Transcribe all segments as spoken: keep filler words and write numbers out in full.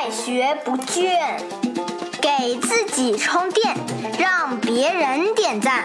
爱学不倦，给自己充电，让别人点赞。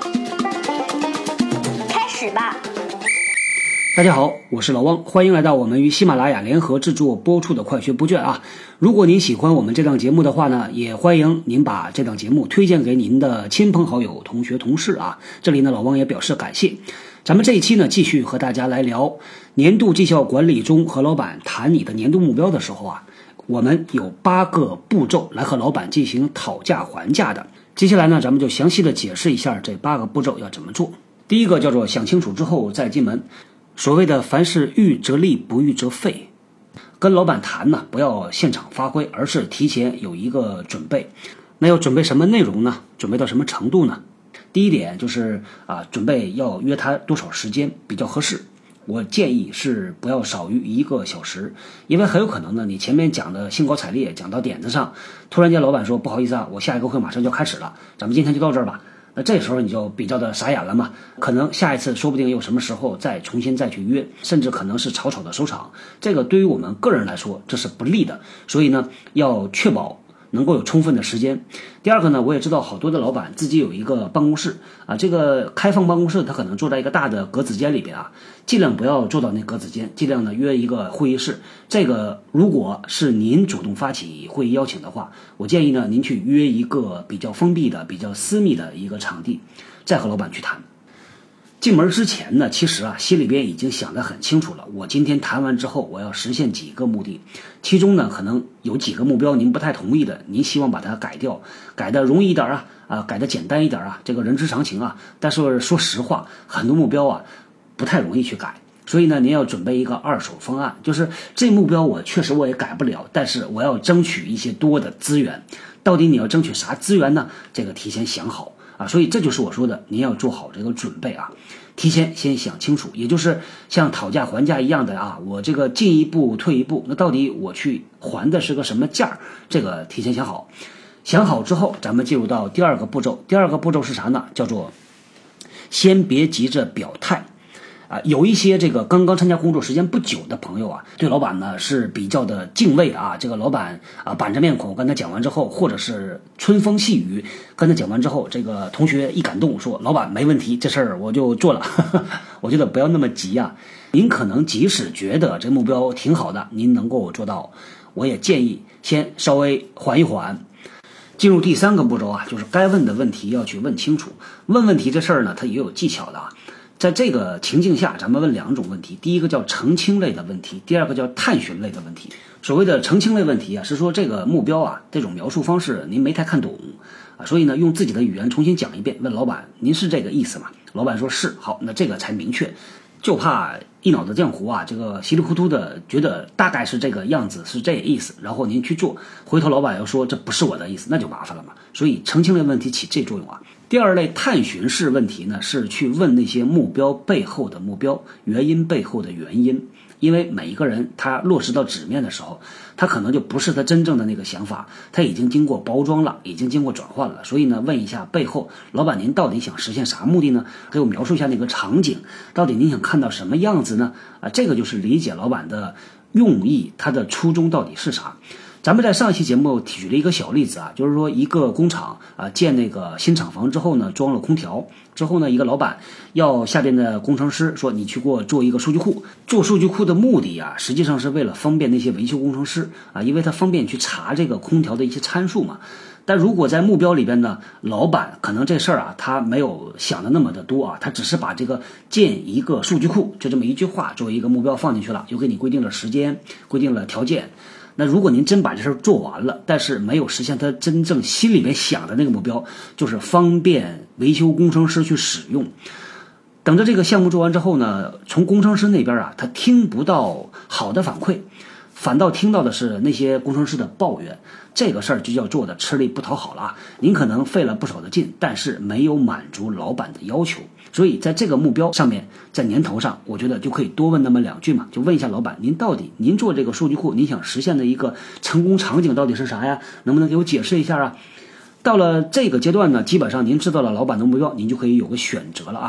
开始吧。 大家好，我是老汪，欢迎来到我们与喜马拉雅联合制作播出的快学不倦啊！如果您喜欢我们这档节目的话呢，也欢迎您把这档节目推荐给您的亲朋好友、同学同事啊！这里呢，老汪也表示感谢。咱们这一期呢，继续和大家来聊年度绩效管理中和老板谈你的年度目标的时候啊，我们有八个步骤来和老板进行讨价还价的。接下来呢，咱们就详细的解释一下这八个步骤要怎么做。第一个叫做想清楚之后再进门。所谓的凡事预则立，不预则废。跟老板谈呢，不要现场发挥，而是提前有一个准备。那要准备什么内容呢？准备到什么程度呢？第一点就是啊，准备要约他多少时间比较合适。我建议是不要少于一个小时，因为很有可能呢，你前面讲的兴高采烈，讲到点子上，突然间老板说不好意思啊，我下一个会马上就要开始了，咱们今天就到这儿吧。那这时候你就比较的傻眼了嘛，可能下一次说不定又什么时候再重新再去约，甚至可能是草草的收场，这个对于我们个人来说这是不利的，所以呢要确保能够有充分的时间。第二个呢，我也知道好多的老板自己有一个办公室啊，这个开放办公室他可能坐在一个大的格子间里边啊，尽量不要坐到那格子间，尽量呢约一个会议室。这个如果是您主动发起会议邀请的话，我建议呢您去约一个比较封闭的、比较私密的一个场地，再和老板去谈。进门之前呢，其实啊心里边已经想得很清楚了，我今天谈完之后我要实现几个目的，其中呢可能有几个目标您不太同意的，您希望把它改掉，改得容易一点啊啊改得简单一点啊，这个人之常情啊。但是说实话，很多目标啊不太容易去改，所以呢您要准备一个二手方案，就是这目标我确实我也改不了，但是我要争取一些多的资源。到底你要争取啥资源呢？这个提前想好啊，所以这就是我说的，您要做好这个准备啊，提前先想清楚，也就是像讨价还价一样的啊，我这个进一步退一步，那到底我去还的是个什么价？这个提前想好，想好之后，咱们进入到第二个步骤。第二个步骤是啥呢？叫做先别急着表态。啊，有一些这个刚刚参加工作时间不久的朋友啊，对老板呢是比较的敬畏的啊。这个老板啊板着面孔跟他讲完之后，或者是春风细雨跟他讲完之后，这个同学一感动说老板没问题，这事儿我就做了。我觉得不要那么急啊，您可能即使觉得这目标挺好的，您能够做到，我也建议先稍微缓一缓。进入第三个步骤啊，就是该问的问题要去问清楚。问问题这事儿呢，它也有技巧的啊。在这个情境下，咱们问两种问题，第一个叫澄清类的问题，第二个叫探寻类的问题。所谓的澄清类问题啊，是说这个目标啊，这种描述方式您没太看懂啊，所以呢，用自己的语言重新讲一遍，问老板您是这个意思吗？老板说是，好，那这个才明确。就怕一脑子浆糊啊，这个稀里糊涂的觉得大概是这个样子，是这个意思，然后您去做，回头老板要说这不是我的意思，那就麻烦了嘛。所以澄清类问题起这作用啊。第二类探寻式问题呢，是去问那些目标背后的目标，原因背后的原因。因为每一个人他落实到纸面的时候，他可能就不是他真正的那个想法，他已经经过包装了，已经经过转换了。所以呢，问一下背后，老板您到底想实现啥目的呢？给我描述一下那个场景，到底您想看到什么样子呢？啊，这个就是理解老板的用意，他的初衷到底是啥。咱们在上一期节目举了一个小例子啊，就是说一个工厂啊建那个新厂房之后呢，装了空调之后呢，一个老板要下边的工程师说你去给我做一个数据库。做数据库的目的啊，实际上是为了方便那些维修工程师啊，因为他方便去查这个空调的一些参数嘛。但如果在目标里边呢，老板可能这事儿啊，他没有想的那么的多啊，他只是把这个建一个数据库就这么一句话作为一个目标放进去了，又给你规定了时间，规定了条件。那如果您真把这事儿做完了，但是没有实现他真正心里面想的那个目标，就是方便维修工程师去使用。等着这个项目做完之后呢，从工程师那边啊，他听不到好的反馈，反倒听到的是那些工程师的抱怨。这个事儿就叫做的吃力不讨好了啊！您可能费了不少的劲，但是没有满足老板的要求。所以在这个目标上面，在年头上，我觉得就可以多问那么两句嘛，就问一下老板，您到底您做这个数据库，您想实现的一个成功场景到底是啥呀？能不能给我解释一下啊？到了这个阶段呢，基本上您知道了老板的目标，您就可以有个选择了啊。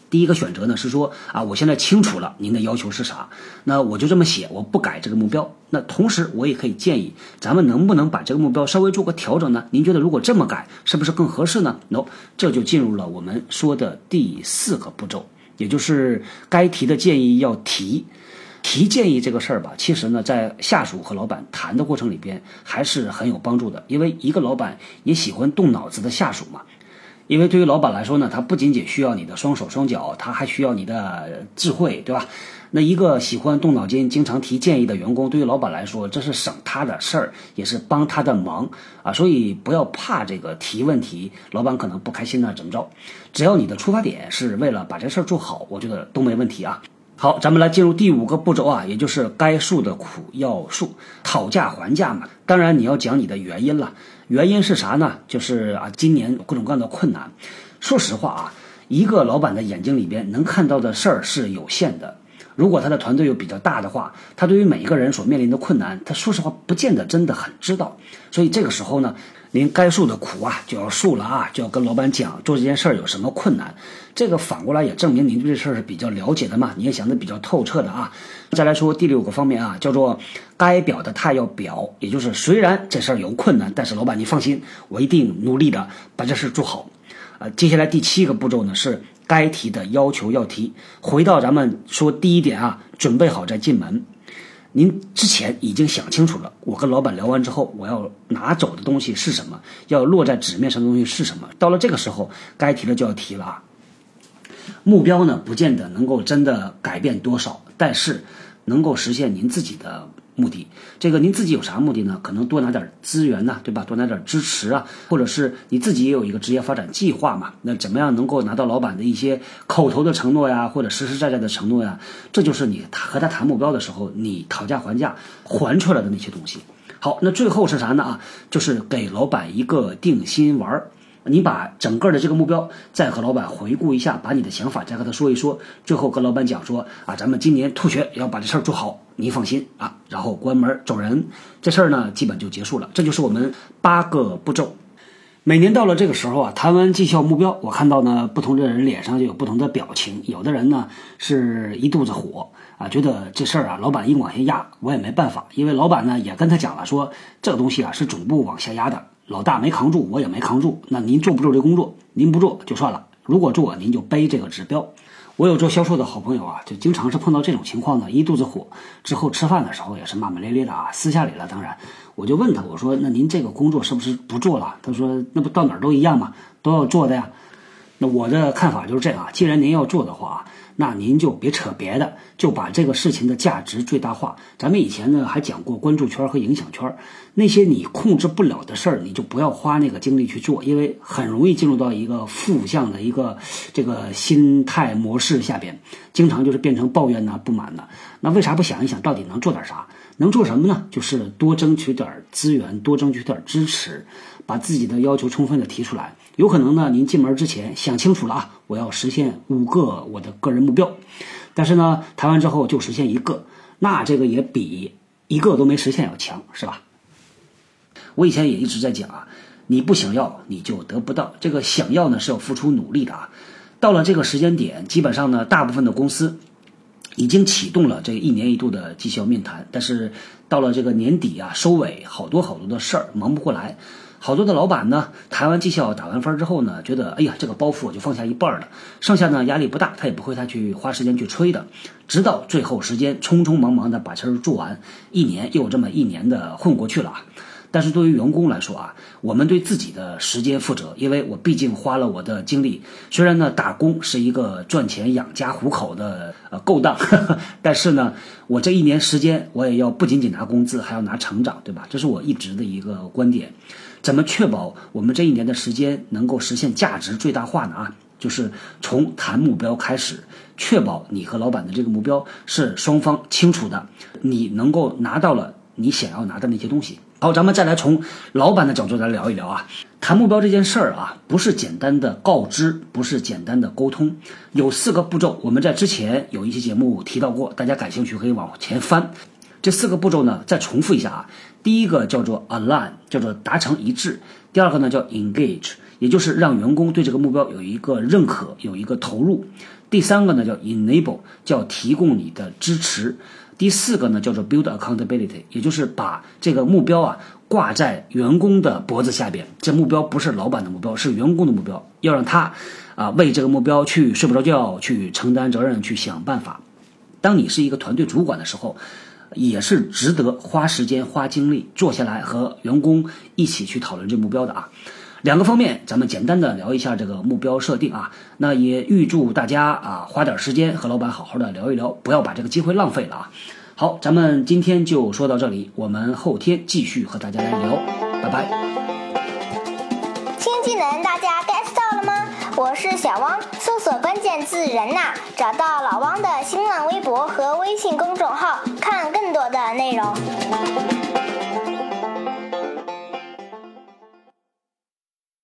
第一个选择呢是说啊，我现在清楚了您的要求是啥，那我就这么写，我不改这个目标。那同时我也可以建议咱们能不能把这个目标稍微做个调整呢？您觉得如果这么改是不是更合适呢？ No， 这就进入了我们说的第四个步骤，也就是该提的建议要提。提建议这个事儿吧，其实呢在下属和老板谈的过程里边还是很有帮助的，因为一个老板也喜欢动脑子的下属嘛。因为对于老板来说呢，他不仅仅需要你的双手双脚，他还需要你的智慧，对吧？那一个喜欢动脑筋经常提建议的员工，对于老板来说这是省他的事儿，也是帮他的忙啊。所以不要怕这个提问题老板可能不开心呢怎么着，只要你的出发点是为了把这事儿做好，我觉得都没问题啊。好，咱们来进入第五个步骤啊，也就是该诉的苦要诉，讨价还价嘛。当然你要讲你的原因了，原因是啥呢？就是啊，今年各种各样的困难。说实话啊，一个老板的眼睛里边能看到的事儿是有限的。如果他的团队又比较大的话，他对于每一个人所面临的困难，他说实话不见得真的很知道。所以这个时候呢，您该诉的苦啊就要诉了啊，就要跟老板讲做这件事儿有什么困难。这个反过来也证明您对这事儿是比较了解的嘛，你也想得比较透彻的啊。再来说第六个方面啊，叫做该表的态要表，也就是虽然这事儿有困难，但是老板你放心，我一定努力的把这事做好。呃，接下来第七个步骤呢是该提的要求要提。回到咱们说第一点啊，准备好再进门。您之前已经想清楚了，我跟老板聊完之后，我要拿走的东西是什么，要落在纸面上的东西是什么。到了这个时候，该提的就要提了啊。目标呢，不见得能够真的改变多少，但是能够实现您自己的目的。这个您自己有啥目的呢？可能多拿点资源呐、啊，对吧？多拿点支持啊，或者是你自己也有一个职业发展计划嘛。那怎么样能够拿到老板的一些口头的承诺呀，或者实实在在的承诺呀？这就是你和他谈目标的时候，你讨价还价还出来的那些东西。好，那最后是啥呢？啊，就是给老板一个定心丸。你把整个的这个目标再和老板回顾一下，把你的想法再和他说一说，最后跟老板讲说啊，咱们今年吐血也要把这事儿做好，你放心啊，然后关门走人，这事儿呢基本就结束了。这就是我们八个步骤。每年到了这个时候啊，谈完绩效目标，我看到呢不同的人脸上就有不同的表情，有的人呢是一肚子火啊，觉得这事儿啊老板硬往下压，我也没办法，因为老板呢也跟他讲了，说这个东西啊是总部往下压的，老大没扛住，我也没扛住，那您做不做这工作？您不做就算了，如果做您就背这个指标。我有做销售的好朋友啊，就经常是碰到这种情况呢，一肚子火，之后吃饭的时候也是骂骂咧咧的啊，私下里了当然。我就问他，我说那您这个工作是不是不做了？他说那不到哪儿都一样嘛，都要做的呀。那我的看法就是这样，既然您要做的话，那您就别扯别的，就把这个事情的价值最大化。咱们以前呢还讲过关注圈和影响圈，那些你控制不了的事儿，你就不要花那个精力去做，因为很容易进入到一个负向的一个这个心态模式下边，经常就是变成抱怨呐、不满呐。那为啥不想一想到底能做点啥？能做什么呢？就是多争取点资源，多争取点支持，把自己的要求充分的提出来。有可能呢您进门之前想清楚了啊，我要实现五个我的个人目标，但是呢谈完之后就实现一个，那这个也比一个都没实现要强，是吧？我以前也一直在讲啊，你不想要你就得不到，这个想要呢是要付出努力的啊。到了这个时间点，基本上呢大部分的公司已经启动了这一年一度的绩效面谈，但是到了这个年底啊收尾，好多好多的事儿忙不过来。好多的老板呢谈完绩效打完分之后呢，觉得哎呀这个包袱我就放下一半了，剩下呢压力不大，他也不会再去花时间去吹的，直到最后时间匆匆忙忙的把事儿做完，一年又这么一年的混过去了。但是对于员工来说啊，我们对自己的时间负责，因为我毕竟花了我的精力。虽然呢打工是一个赚钱养家糊口的呃勾当，呵呵，但是呢我这一年时间我也要不仅仅拿工资，还要拿成长，对吧？这是我一直的一个观点。怎么确保我们这一年的时间能够实现价值最大化呢？啊，就是从谈目标开始，确保你和老板的这个目标是双方清楚的，你能够拿到了你想要拿的那些东西。好，咱们再来从老板的角度来聊一聊啊。谈目标这件事儿啊，不是简单的告知，不是简单的沟通，有四个步骤。我们在之前有一期节目提到过，大家感兴趣可以往前翻。这四个步骤呢，再重复一下啊。第一个叫做 align， 叫做达成一致。第二个呢叫 engage， 也就是让员工对这个目标有一个认可，有一个投入。第三个呢叫 enable， 叫提供你的支持。第四个呢叫做 build accountability， 也就是把这个目标啊挂在员工的脖子下边。这目标不是老板的目标，是员工的目标，要让他啊为这个目标去睡不着觉，去承担责任，去想办法。当你是一个团队主管的时候，也是值得花时间花精力坐下来和员工一起去讨论这目标的啊。两个方面咱们简单的聊一下这个目标设定啊，那也预祝大家啊花点时间和老板好好的聊一聊，不要把这个机会浪费了啊。好，咱们今天就说到这里，我们后天继续和大家来聊，拜拜。 新技能大家 get 到了吗？我是小汪，搜索关键字人呐，找到老汪的新浪微博和微信公众号，看更多的内容。